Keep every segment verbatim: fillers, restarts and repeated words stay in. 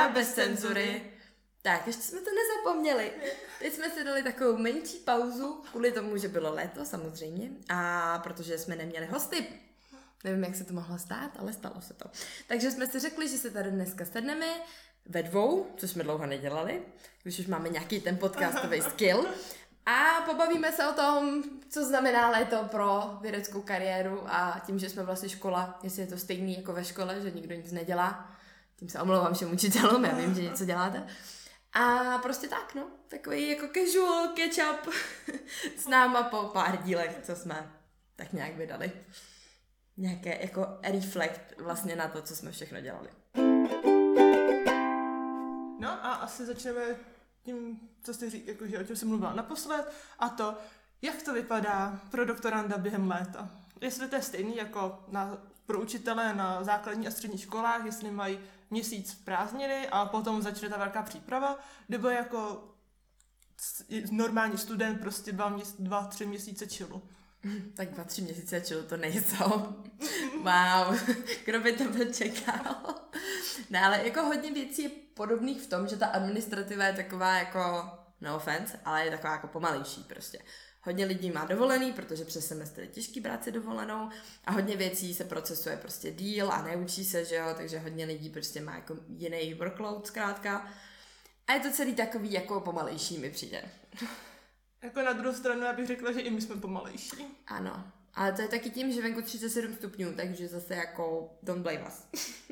a bez cenzury. Tak, ještě jsme to nezapomněli. Teď jsme si dali takovou menší pauzu, kvůli tomu, že bylo léto samozřejmě, a protože jsme neměli hosty. Nevím, jak se to mohlo stát, ale stalo se to. Takže jsme si řekli, že se tady dneska sedneme ve dvou, což jsme dlouho nedělali, když už máme nějaký ten podcastový skill. A pobavíme se o tom, co znamená léto pro vědeckou kariéru a tím, že jsme vlastně škola, jestli je to stejný jako ve škole, že nikdo nic nedělá. Tím se omlouvám všem učitelům, já vím, že něco děláte. A prostě tak, no, takový jako casual catch-up s náma po pár dílech, co jsme tak nějak vydali. Nějaké jako reflekt vlastně na to, co jsme všechno dělali. No a asi začneme tím, co jsi říkal, jakože o čem jsem mluvila naposled, a to, jak to vypadá pro doktoranda během léta. Jestli to je stejný jako na, pro učitele na základní a střední školách, jestli mají měsíc prázdniny a potom začne ta velká příprava, nebo jako normální student prostě dva, měs, dva tři měsíce chillu. Tak dva, tři měsíce chillu to nejsou. Wow, kdo by to byl čekal. No ale jako hodně věcí je podobných v tom, že ta administrativa je taková jako, no offense, ale je taková jako pomalejší prostě. Hodně lidí má dovolený, protože přes semestr je těžký brát si dovolenou a hodně věcí se procesuje prostě díl a neučí se, že jo, takže hodně lidí prostě má jako jiný workload zkrátka. A je to celý takový jako pomalejší mi přijde. Jako na druhou stranu já bych řekla, že i my jsme pomalejší. Ano, ale to je taky tím, že venku třicet sedm stupňů, takže zase jako don't blame us.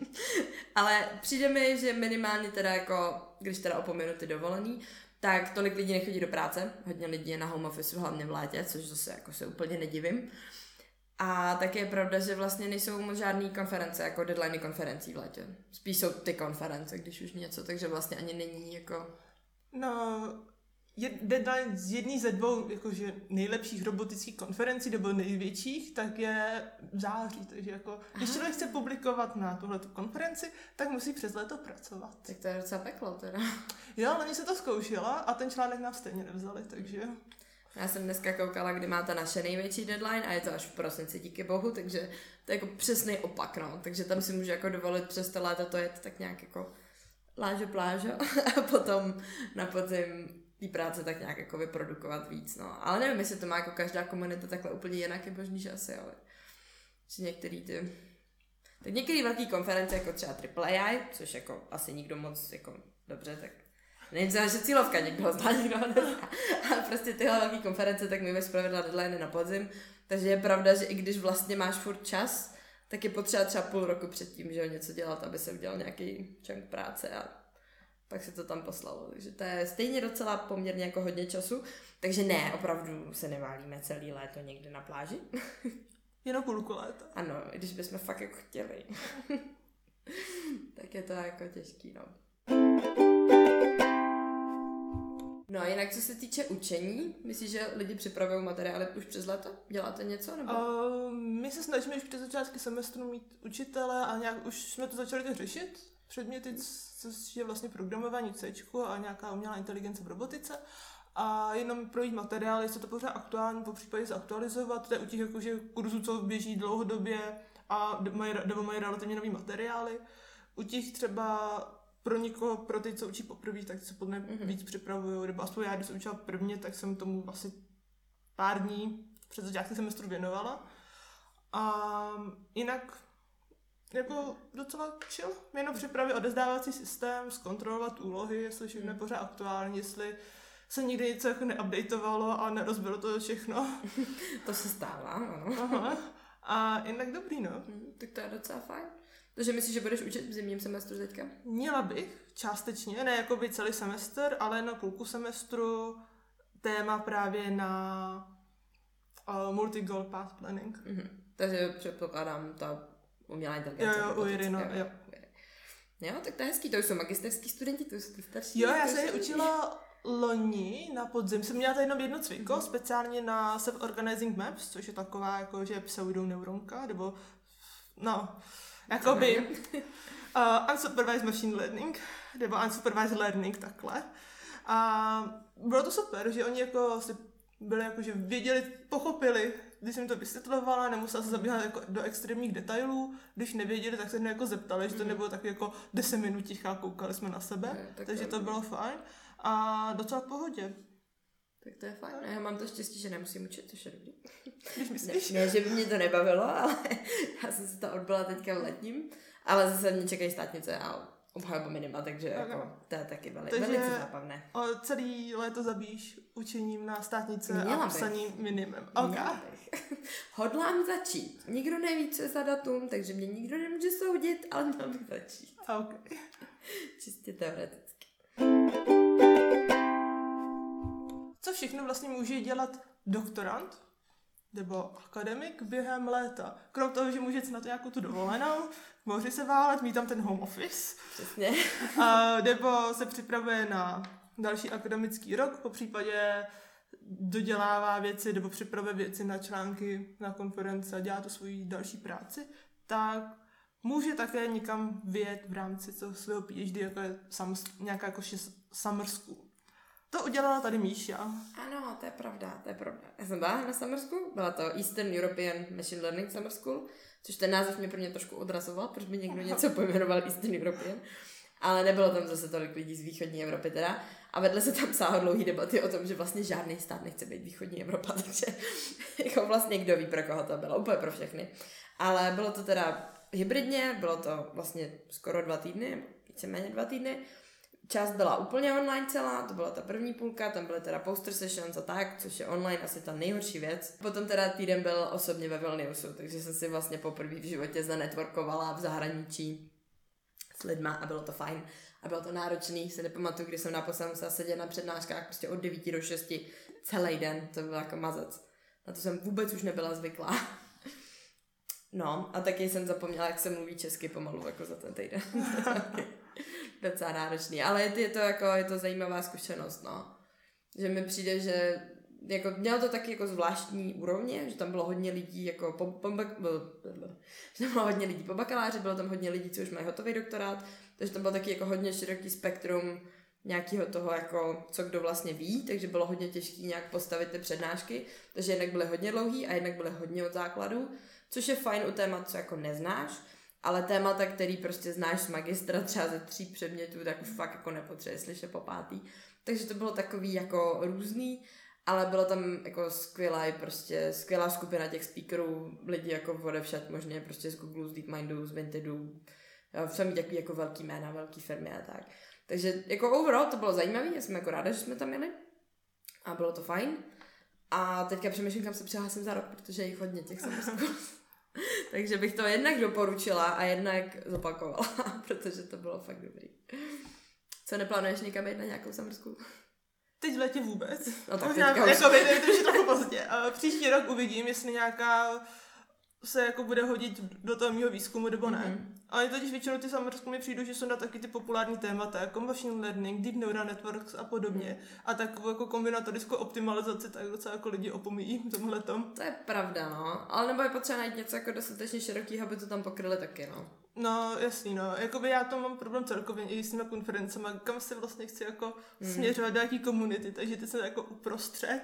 Ale přijde mi, že minimálně teda jako, když teda opomenu ty dovolený, tak tolik lidí nechodí do práce, hodně lidí je na home office, hlavně v létě, což zase jako se úplně nedivím. A také je pravda, že vlastně nejsou moc žádný konference, jako deadline konferencí v létě. Spíš jsou ty konference, když už něco, takže vlastně ani není jako... No, je deadline z jedný ze dvou jakože nejlepších robotických konferencí nebo největších, tak je v září, takže jako, když člověk chce publikovat na tuhletu konferenci, tak musí přes léto pracovat. Tak to je docela peklo teda. Jo, ale se to zkoušela a ten článek nám stejně nevzali, takže... Já jsem dneska koukala, kdy má ta naše největší deadline a je to až v prosinci, díky bohu, takže to je jako přesný opak, no. Takže tam si můžu jako dovolit přes to léto to jet tak nějak jako lážo plážo a potom na podzim té práce tak nějak jako vyprodukovat víc, no. Ale nevím, jestli to má jako každá komunita takhle úplně jinak, je možný, že asi, ale že některý ty... Tak některý velký konference, jako třeba Triple A I, což jako asi nikdo moc jako dobře, tak nevím, že cílovka někdo ho zná, někdo ho nezná. Ale prostě tyhle velké konference, tak my ve zpravidla deadline na podzim, takže je pravda, že i když vlastně máš furt čas, tak je potřeba třeba půl roku předtím, že jo, něco dělat, aby se udělal nějaký čunk práce a pak se to tam poslalo. Takže to je stejně docela poměrně jako hodně času, takže ne, opravdu se neválíme celý léto někde na pláži. Jenom půlku léta. Ano, i když bychom fakt jako chtěli. Tak je to jako těžký, no. No a jinak, co se týče učení, myslíš, že lidi připravují materiály už přes léto? Děláte něco? Nebo? Uh, my se snažíme už před začátky semestru mít učitele a nějak už jsme to začali to řešit. Předměty, což je vlastně programování C a nějaká umělá inteligence v robotice. A jenom projít materiály, jestli to pořád aktuální, po případě zaktualizovat. To je u těch jakože kurzů, co běží dlouhodobě a mají, nebo mají relativně nový materiály. U těch třeba pro někoho, pro ty, co učí poprvé, tak se podle mě mm-hmm. víc připravují, nebo aspoň já, když jsem učila prvně, tak jsem tomu asi pár dní před začátkem semestru věnovala. A jinak jako docela chill, jenom připravit odezdávací systém, zkontrolovat úlohy, jestli všechno je pořád aktuální, jestli se nikdy něco jako neupdateovalo a nerozbilo to všechno. To se stává, ano. Aha. A jinak dobrý, no. Hmm, tak to je docela fajn. Takže myslíš, že budeš učit v zimním semestru teďka? Měla bych, částečně, ne jako by celý semestr, ale na půlku semestru téma právě na uh, multi-goal path planning. Mm-hmm. Takže předpokládám ta umělá inteligence. Jo, jo, u Jiry, no, jo. Jo, tak to je hezký, to jsou magisterský studenti, to jsou ty starší. Jo, já jsem je učila loni na podzim. Jsem měla tady jenom jedno cviko, mm-hmm. speciálně na self-organizing maps, což je taková jako, že pseudoneuronka, nebo no, jakoby uh, unsupervised machine learning, nebo unsupervised learning, takhle. A bylo to super, že oni jako si byli jako, že věděli, pochopili když jsem to vysvětlovala, nemusela se zabíhat jako do extrémních detailů, když nevěděli, tak se mě jako zeptali, že to nebylo tak jako deset minut ticha, koukali jsme na sebe, ne, tak takže to bylo fajn a docela v pohodě. Tak to je fajn. A já mám to štěstí, že nemusím učit, což je dobrý. Když myslíš? Ne, ne, že by mě to nebavilo, ale já jsem se to odbyla teďka v letním, ale zase mě čekají státnice a obhajoba minima, takže okay. Jako, to je taky veli, takže velice zábavné. O celý léto zabíš učením na státnice Měla a psaním minimem. Okay. Hodlám začít. Nikdo neví, co je za datum, takže mě nikdo nemůže soudit, ale mám bych začít. Okay. Čistě teoreticky. Co všechno vlastně může dělat doktorant nebo akademik během léta? Krom toho, že může jít na to nějakou tu dovolenou, může se válet, mít tam ten home office. Přesně. A, nebo se připravuje na další akademický rok, po případě dodělává věci nebo připravuje věci na články, na konference a dělá tu svoji další práci, tak může také někam vyjet v rámci svého PhD, jako je sam, nějaká jako summer school. To udělala tady Míša. Ano, to je pravda, to je pravda. Já jsem byla na Summer School, byla to Eastern European Machine Learning Summer School, což ten název mě pro mě trošku odrazoval, protože by někdo něco pojmenoval Eastern European, ale nebylo tam zase tolik lidí z východní Evropy teda a vedle se tam sáhodlouhý debaty o tom, že vlastně žádný stát nechce být východní Evropa, takže jako vlastně kdo ví, pro koho to bylo, úplně pro všechny. Ale bylo to teda hybridně, bylo to vlastně skoro dva týdny, víceméně dva týdny. Část byla úplně online celá, to byla ta první půlka, tam byly teda poster sessions a tak, což je online asi ta nejhorší věc. Potom teda týden byl osobně ve Vilniusu, takže jsem si vlastně poprvé v životě zanetworkovala v zahraničí s lidma a bylo to fajn. A bylo to náročný, se nepamatuju, kdy jsem naposledy musela sedět na přednáškách prostě od devíti do šesti celý den, to byl jako mazec. Na to jsem vůbec už nebyla zvyklá. No a taky jsem zapomněla, jak se mluví česky pomalu jako za ten týden. Docela náročný, ale je to, je to jako, je to zajímavá zkušenost, no. Že mi přijde, že jako, mělo to taky jako zvláštní úrovně, že tam bylo hodně lidí jako po, po, že tam bylo hodně lidí po bakaláři, bylo tam hodně lidí, co už mají hotový doktorát, takže tam bylo taky jako hodně široký spektrum nějakého toho, jako, co kdo vlastně ví, takže bylo hodně těžké nějak postavit ty přednášky, takže jednak byly hodně dlouhý a jednak byly hodně od základu, což je fajn u témat, co jako neznáš, ale témata, který prostě znáš z magistra třeba ze tří předmětů, tak už fakt jako nepotřebuje slyšet po pátý. Takže to bylo takový jako různý, ale bylo tam jako skvělá, prostě skvělá skupina těch speakerů, lidi jako odevšad možně prostě z Google, z DeepMindu, z Vintedu, sami takový jako velký jména, velký firmy a tak. Takže jako overall to bylo zajímavé, já jsem jako ráda, že jsme tam jeli a bylo to fajn. A teďka přemýšlím, kam se přihlásím za rok, protože je jich hodně těch samosků. Takže bych to jednak doporučila a jednak zopakovala, protože to bylo fakt dobrý. Co, neplánuješ někam jít na nějakou summer school? Teď v letě vůbec. No tak možná, teďka jako už... to už je trochu pozdě. A příští rok uvidím, jestli nějaká se jako bude hodit do toho mýho výzkumu, nebo ne. Mm-hmm. Ale totiž většinou ty summer school mi přijdou, že jsou na taky ty populární témata, jako machine learning, deep neural networks a podobně. Mm. A takovou jako kombinatorickou optimalizaci, tak docela jako lidi opomíjí tomhletom. To je pravda, no. Ale nebo je potřeba najít něco jako dostatečně široký, aby to tam pokryli taky, no. No, jasný, no. Jakoby já to mám problém celkově i s těma konferencema, kam se vlastně chci jako mm. směřovat do jaký komunity, takže ty jsem jako uprostřed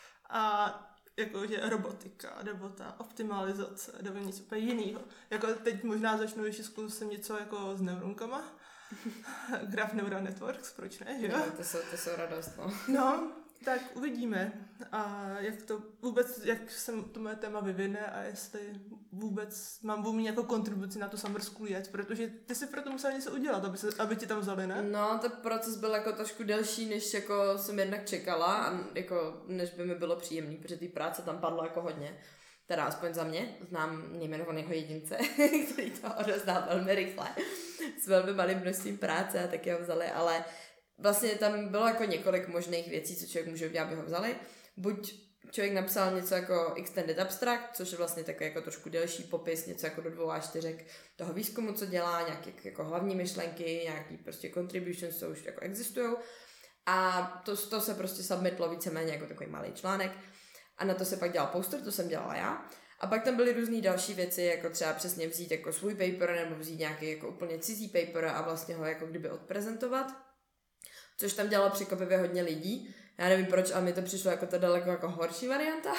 a jakože robotika, nebo ta optimalizace, nebo něco úplně jiného. Jako teď možná začnu ještě zkusím něco jako s neuronkama. Graph Neural Networks, proč ne, že jo? No, to jsou, to jsou radost, no. No, tak uvidíme. A jak to vůbec, jak se to moje téma vyvine a jestli vůbec mám vůbec nějakou kontribuci na tu summer school jet, protože ty si proto musela něco udělat, aby, se, aby ti tam vzali, ne? No, ten proces byl jako trošku delší, než jako jsem jednak čekala a jako než by mi bylo příjemný, protože té práce tam padlo jako hodně. Teda aspoň za mě, znám nejmenovaného jedince, který to odezdal velmi rychle, s velmi malým množstvím práce a taky ho vzali, ale vlastně tam bylo jako několik možných věcí, co člověk může udělat, aby ho vzali. Buď člověk napsal něco jako extended abstract, což je vlastně takový jako trošku delší popis, něco jako do dvou a čtyřek toho výzkumu, co dělá, nějaké jako hlavní myšlenky, nějaký prostě contributions, co už jako existují. A to, to se prostě submitlo víceméně jako takový malý článek. A na to se pak dělal poster, to jsem dělala já. A pak tam byly různé další věci, jako třeba přesně vzít jako svůj paper nebo vzít nějaký jako úplně cizí paper a vlastně ho jako kdyby odprezentovat. Což tam dělalo překvapivě hodně lidí. Já nevím proč, ale mi to přišlo jako ta daleko jako horší varianta.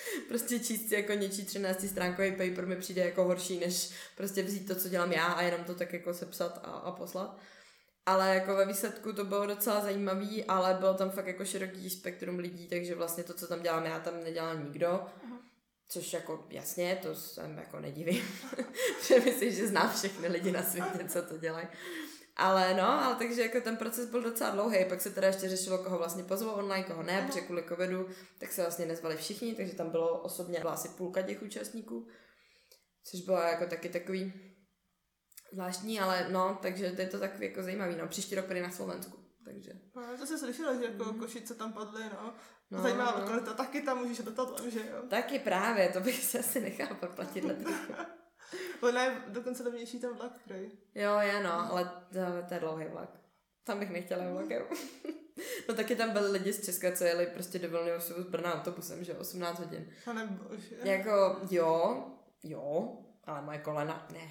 Prostě číst si jako něčí třináctistránkový paper mi přijde jako horší, než prostě vzít to, co dělám já a jenom to tak jako sepsat a, a poslat. Ale jako ve výsledku to bylo docela zajímavý, ale bylo tam fakt jako široký spektrum lidí, takže vlastně to, co tam dělám já, tam nedělal nikdo. Uh-huh. Což jako jasně, to jsem jako nedivím. Protože myslím, že znám všechny lidi na světě, co to dělají. Ale no, ale takže jako ten proces byl docela dlouhý, pak se teda ještě řešilo, koho vlastně pozvou online, koho ne, protože kvůli covidu, tak se vlastně nezvali všichni, takže tam bylo osobně byla asi půlka těch účastníků, což bylo jako taky takový zvláštní, ale no, takže to je to takový jako zajímavý, no, příští rok na Slovensku, takže. No, to jsem slyšela, že jako mm. Košice tam padly, no. No, zajímavá no. lokalita, taky tam můžeš dotat, že jo. Taky právě, to bych se asi nechala proplatit letenku. Ona je dokonce levnější ten vlak, prej. Jo, je no, ale to, to je dlouhý vlak. Tam bych nechtěla vlakem. No taky tam byli lidi z Česka, co jeli prostě do Vilniusu z Brna autobusem, že osmnáct hodin. Pane bože. Jako, jo, jo, ale moje kolena, ne.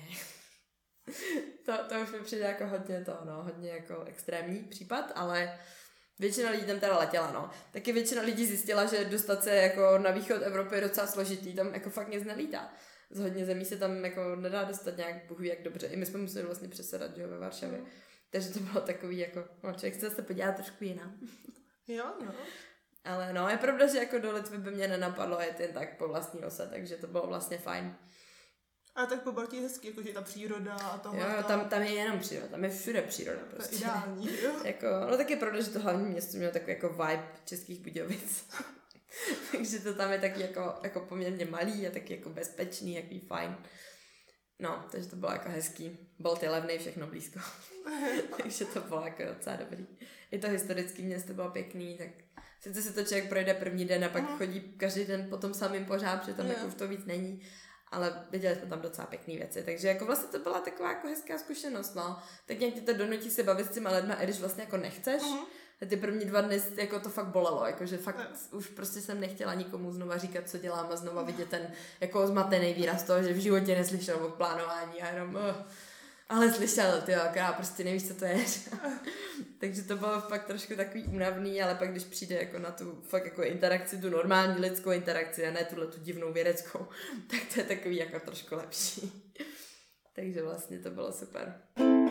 to, to už mi přijde jako hodně to, no, hodně jako extrémní případ, ale většina lidí tam teda letěla, no. Taky většina lidí zjistila, že dostat se jako na východ Evropy je docela složitý, tam jako fakt nic nelítá. Z hodně zemí se tam jako nedá dostat nějak bohu jak dobře. I my jsme museli vlastně přesedat, že jo, ve Varšavě. Mm. Takže to bylo takový jako, no člověk chce se podívat trošku jinam. Jo, no. Ale no, je pravda, že jako do Litvy by mě nenapadlo jet jen tak po vlastní ose, takže to bylo vlastně fajn. A tak po Baltii je hezký, jakože ta příroda a tohle. Jo, tam, tam je jenom příroda, tam je všude příroda prostě. To je ideální, jo. Jako, no tak je pravda, že to hlavní město mělo takový jako vibe Českých Budějovic. Takže to tam je taky jako, jako poměrně malý a taky jako bezpečný, jaký fajn. No, takže to bylo jako hezký. Bolt je levnej, všechno blízko. Takže to bylo jako docela dobrý. I to historické město bylo pěkný, tak sice si to člověk projde první den a pak uh-huh. chodí každý den po tom samým pořád, protože tam yeah. jako už to víc není. Ale viděli jsme tam docela pěkný věci, takže jako vlastně to byla taková jako hezká zkušenost, no. Tak nějak ty to donutí se bavit s těma lidma, i když vlastně jako nechceš. Uh-huh. Ty první dva dny jako to fakt bolelo, jakože fakt no. už prostě jsem nechtěla nikomu znova říkat, co dělám a znova vidět ten jako zmatený výraz toho, že v životě neslyšel o plánování a jenom uh, ale slyšel, ty já prostě nevíš, co to je. Takže to bylo fakt trošku takový únavný, ale pak když přijde jako na tu fakt jako interakci, tu normální lidskou interakci a ne tuhle tu divnou vědeckou, tak to je takový jako trošku lepší. Takže vlastně to bylo super.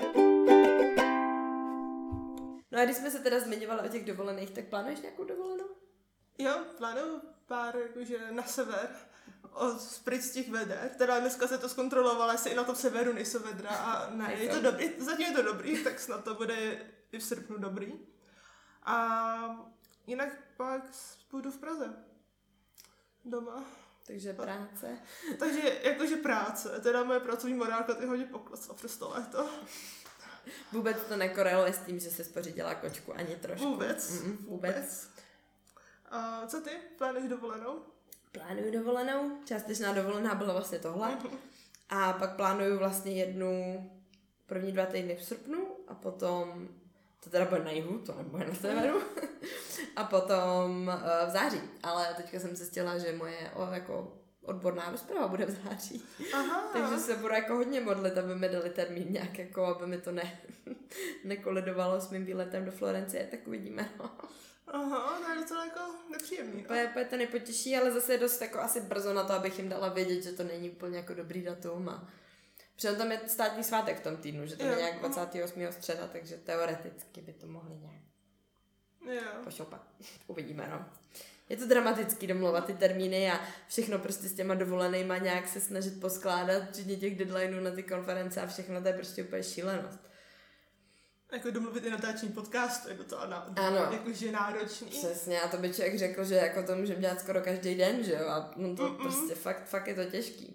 No a když jsme se teda zmiňovali o těch dovolených, tak plánuješ nějakou dovolenou? Jo, plánuju pár jakože na sever, od pryč z těch veder. Teda dneska se to zkontrolovala, jestli i na tom severu nejsou vedra a ne, je to dobrý, zatím je to dobrý, tak snad to bude i v srpnu dobrý. A jinak pak půjdu v Praze. Doma. Takže práce. Takže jakože práce, teda moje pracovní morálka ty hodně poklesla přes to léto. Vůbec to nekoreluje s tím, že se spořídila kočku, ani trošku. Vůbec. Mm, vůbec. vůbec. A co ty? Plánuješ dovolenou? Plánuju dovolenou. Částečná dovolená byla vlastně tohle. A pak plánuju vlastně jednu první dva týdny v srpnu a potom, to teda bude na jihu, to nebude na severu. A potom uh, v září. Ale teďka jsem zjistila, že moje o, jako odborná rozprava bude v září. Aha. Takže se budu jako hodně modlit, aby mi dali termín nějak jako, aby mi to ne, nekolidovalo s mým výletem do Florencie, tak uvidíme. No. Aha, to je docela jako nepříjemný. No. Úplně to nepotěší, ale zase je dost jako asi brzo na to, abych jim dala vědět, že to není úplně jako dobrý datum. A protože tam je státní svátek v tom týdnu, že to je nějak dvacátého osmého středa, takže teoreticky by to mohli nějak jo. pošoupat. Uvidíme, no. Je to dramatický domlouvat ty termíny a všechno prostě s těma dovolenýma nějak se snažit poskládat, včetně těch deadlineů na ty konference a všechno, to je prostě úplně šílenost. Jako domluvit i natáčení podcastu je docela na, jakože náročný. Přesně, a to by člověk řekl, že jako to můžeme dělat skoro každý den, že jo, a no to Mm-mm. prostě fakt, fakt je to těžký.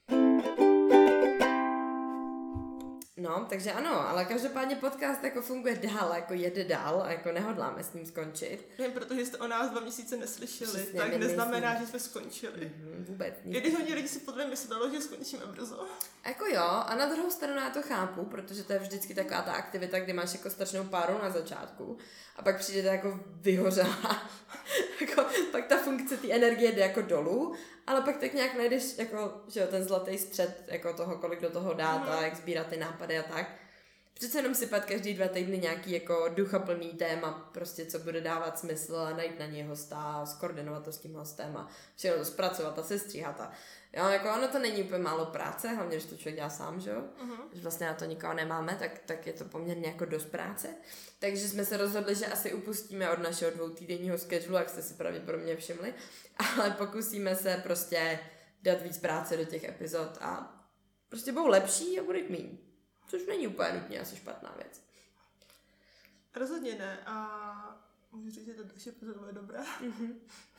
No, takže ano, ale každopádně podcast jako funguje dál, jako jede dál a jako nehodláme s ním skončit. Jen protože jste o nás dva měsíce neslyšeli, Přesně, tak neznamená, nejsme. že jsme skončili. Mm-hmm, vůbec. I když hodně lidi si podle mě myslelo, že skončíme brzo. Jako jo, a na druhou stranu já to chápu, protože to je vždycky taková ta aktivita, kdy máš jako strašnou páru na začátku a pak přijde to jako vyhořela. Jako, pak ta funkce té energie jde jako dolů, ale pak tak nějak najdeš jako, že jo, ten zlatý střed jako toho, kolik do toho dát a jak sbírat ty nápady a tak. přece jenom sypat každý dva týdny nějaký jako duchaplný téma, prostě co bude dávat smysl a najít na něj hosta, skoordinovat to s tím hostem a všechno to zpracovat a sestříhat a jo, jako ono to není úplně málo práce, hlavně, když to člověk dělá sám, že jo, uh-huh. Když vlastně na to nikoho nemáme, tak, tak je to poměrně jako dost práce, takže jsme se rozhodli, že asi upustíme od našeho dvoutýdenního schedulu, jak jste si pravděpodobně všimli, ale pokusíme se prostě dát víc práce do těch epizod a prostě budou lepší a bude jich míň. Což není úplně nutně asi špatná věc. Rozhodně ne. A můžu říct, že to další epizoda bude dobrá. Mm-hmm.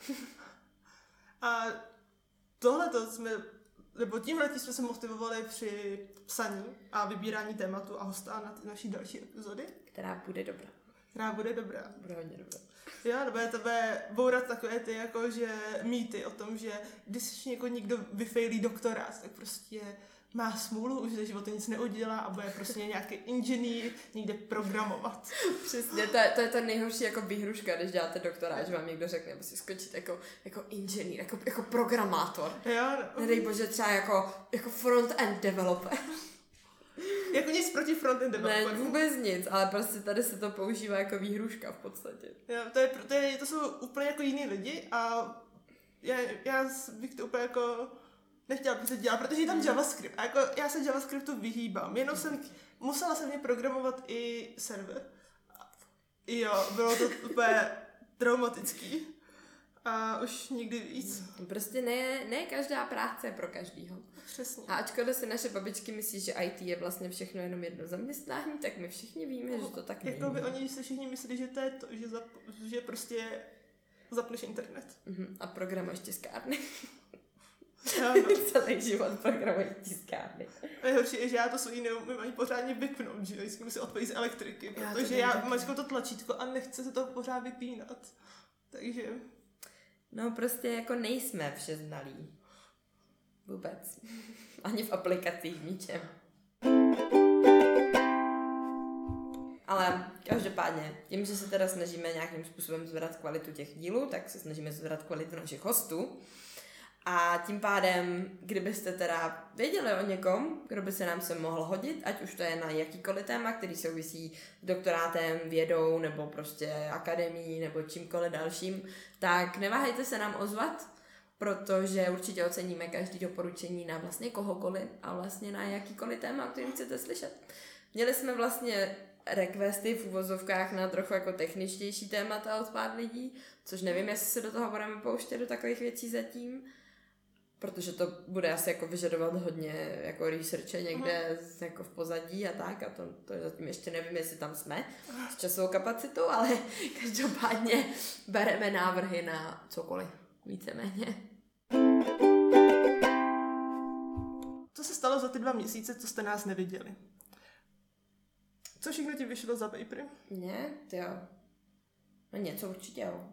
A tohleto jsme, nebo tímhletím jsme se motivovali při psaní a vybírání tématu a hosta na ty naší další epizody. Která bude dobrá. Která bude dobrá. Bude hodně dobrá. Jo, nebo je tebe bourat takové ty, jako že mýty o tom, že když jako někdo vyfejlí doktorát, tak prostě má smůlu, už ze života nic neudělá a bude prostě nějaký inženýr někde programovat. Přesně, to je, to je ta nejhorší jako výhruška, když děláte doktorát, že vám někdo řekne, aby si skočit jako, jako inženýr, jako, jako programátor. Jo. Nedej bože, třeba jako, jako front-end developer. Jako nic proti front-end developer. Ne, vůbec nic, ale prostě tady se to používá jako výhruška v podstatě. Jo, to, je, to, je, to jsou úplně jako jiní lidi a já, já bych to úplně jako nechtěla bych to dělat, protože je tam JavaScript a jako já se JavaScriptu vyhýbám, jenom jsem, musela jsem mě programovat i server. Jo, bylo to úplně traumatický a už nikdy víc. Prostě ne, ne každá práce je pro každýho. Přesně. A ačkoliv si naše babičky myslí, že í té je vlastně všechno jenom jedno zaměstnání, tak my všichni víme, že to tak není. Jako by oni se všichni myslí, že to je to, že, zap, že prostě zapneš internet. Uh-huh. A programuješ tiskárny. Já, no. Celý život programují tiskárny. Nejhorší je, že já to svůj neumím ani pořádně vypnout, že vždycky musím odpojit z elektriky, protože já, já mačkám to tlačítko a nechce se to pořád vypínat. Takže... No prostě jako nejsme všeznalí. Vůbec. Ani v aplikacích, v ničem. Ale každopádně, tím, že se teda snažíme nějakým způsobem zvedat kvalitu těch dílů, tak se snažíme zvedat kvalitu našich hostů. A tím pádem, kdybyste teda věděli o někom, kdo by se nám se mohl hodit, ať už to je na jakýkoliv téma, který souvisí s doktorátem, vědou, nebo prostě akademií, nebo čímkoliv dalším, tak neváhejte se nám ozvat, protože určitě oceníme každý doporučení na vlastně kohokoliv a vlastně na jakýkoliv téma, o kterým chcete slyšet. Měli jsme vlastně requesty v uvozovkách na trochu jako techničtější témata od pár lidí, což nevím, jestli se do toho budeme pouštět do takových věcí zatím, protože to bude asi jako vyžadovat hodně jako researche někde uh-huh. jako v pozadí a tak a to, to zatím ještě nevím, jestli tam jsme s časovou kapacitou, ale každopádně bereme návrhy na cokoliv, víceméně. Co se stalo za ty dva měsíce, co jste nás neviděli? Co všechno ti vyšlo za papery? Ne, ty jo. No něco určitě jo.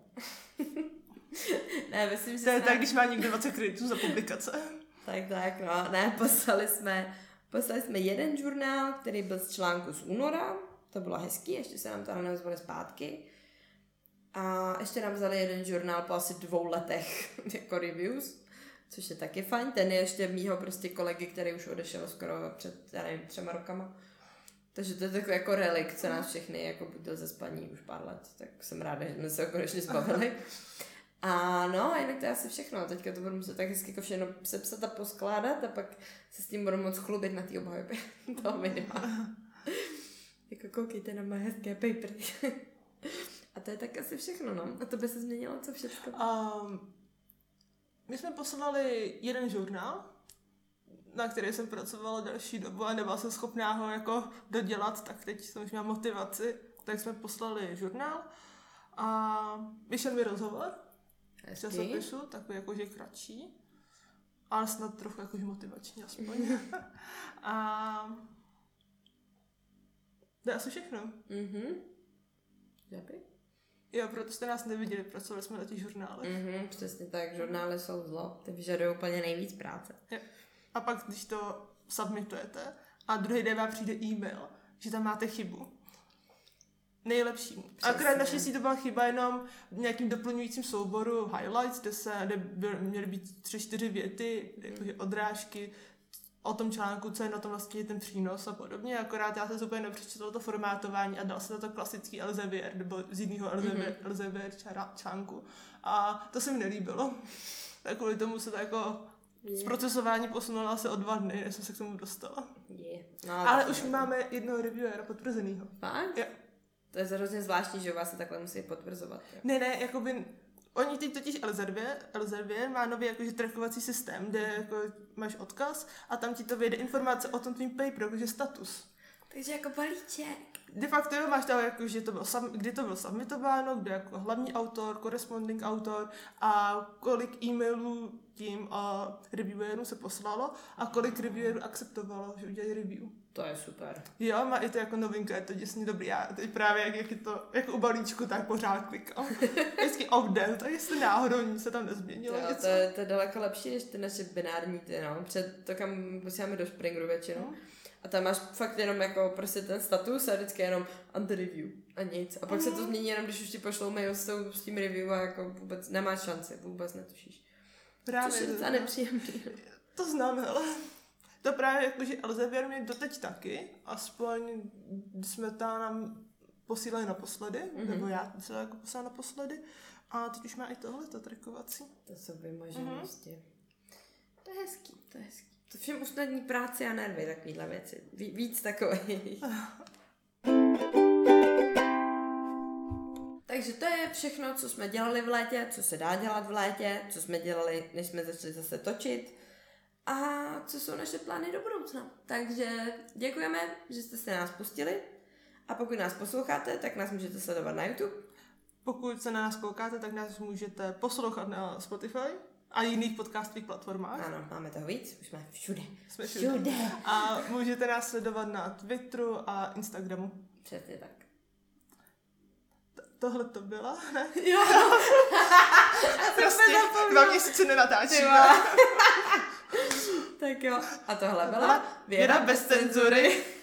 Ne, myslím, že to je jsme... tak, když má někdo dvacet kreditů za publikace. Tak, tak, no. Ne, poslali jsme, poslali jsme jeden žurnál, který byl z článku z února. To bylo hezký, ještě se nám to nazvali zpátky. A ještě nám vzali jeden žurnál po asi dvou letech jako reviews, což je taky fajn. Ten je ještě mýho prostě kolegy, který už odešel skoro před, já nevím, třema rokama. Takže to je takový jako relikt, co nás všechny jako budil ze spaní už pár let, tak jsem ráda, že jsme se konečně zbavili. A no, a jinak to je asi všechno. Teďka to budu muset tak hezky jako všechno sepsat a poskládat a pak se s tím budu moc chlubit na té obhajobě toho videa. Jako koukejte na moje hezké papery. A to je tak asi všechno, no. A to by se změnilo co všechno. Um, my jsme poslali jeden žurnál, na který jsem pracovala další dobu a nebyla jsem schopná ho jako dodělat, tak teď jsem už měla motivaci, tak jsme poslali žurnál a vyšel mi rozhovor z časopisu, takový jakože kratší, ale snad trochu jakože motivační aspoň. A to je asi všechno. Mhm. Dobrý. Jo, proto jste nás neviděli, pracovali jsme na těch žurnálech. Mhm, přesně tak, žurnály jsou zlo, ty vyžadují úplně nejvíc práce. Jo. A pak, když to submitujete a druhý den vám přijde e-mail, že tam máte chybu. Nejlepší. Akorát naštěstí to byla chyba jenom v nějakým doplňujícím souboru highlights, kde, se, kde byl, měly být tři, čtyři věty, jakože odrážky, o tom článku, co je na tom vlastně ten přínos a podobně, akorát já jsem úplně nepřečetla to formátování a dal se to klasický Elsevier, nebo z jiného Elsevier, mm-hmm. Elsevier článku a to se mi nelíbilo. Tak kvůli tomu se to jako yeah. zprocesování posunulo asi o dva dny, než jsem se k tomu dostala. Yeah. No, ale už máme jednoho reviewera potvrzenýho. Fakt? Jo. To je hrozně zvláštní, že u vás se takhle musí potvrzovat. Jo? Ne, ne, jakoby, oni teď totiž Elsevier, Elsevier má nový jakože trackovací systém, kde jako máš odkaz a tam ti to vyjde informace o tom tvým paperu, jakože status. Takže jako balíček. De facto jo, máš tam jako, že to bylo sam, kdy to bylo submitováno, kde jako hlavní autor, corresponding autor a kolik e-mailů tím uh, reviewerům se poslalo a kolik reviewerů akceptovalo, že udělají review. To je super. Jo, má i to jako novinka, je to děsně dobrý. Já teď právě, jak, jak je to jako u balíčku, tak pořád klikám. Vždycky update, tak jestli náhodou nic se tam nezměnilo to, něco. To je, to je daleko lepší, než ty naše binární, ty no. Před to, kam posíláme do Springeru většinou. Mm. A tam máš fakt jenom jako prostě ten status a vždycky jenom under review a nic. A pak mm. se to změní jenom, když už ti pošlou mail s, tou, s tím review a jako vůbec nemáš šanci, vůbec netušíš. Právě. Což je docela nepříjemný. To znám, hele. To právě jako, že Elsevier mě doteď taky, aspoň jsme tam nám posílali naposledy, mm-hmm. nebo já jsem jako posílala naposledy a teď už má i tohle, to trackovací. To jsou vymoženosti. Mm-hmm. To je hezký, to je hezký. To všem usnadní práci a nervy, takovýhle věci. Ví, víc takových. Takže to je všechno, co jsme dělali v létě, co se dá dělat v létě, co jsme dělali, než jsme začali zase točit a co jsou naše plány do budoucna. Takže děkujeme, že jste se nás pustili a pokud nás posloucháte, tak nás můžete sledovat na YouTube. Pokud se na nás koukáte, tak nás můžete poslouchat na Spotify a jiných podcastových platformách. Ano, máme toho víc, už jsme všude. Jsme všude. všude. A můžete nás sledovat na Twitteru a Instagramu. Přesně tak. Tohle to byla, ne? Jo. Prostě dva měsíce nenatáčíme. Tak jo. A tohle byla Věda bez cenzury.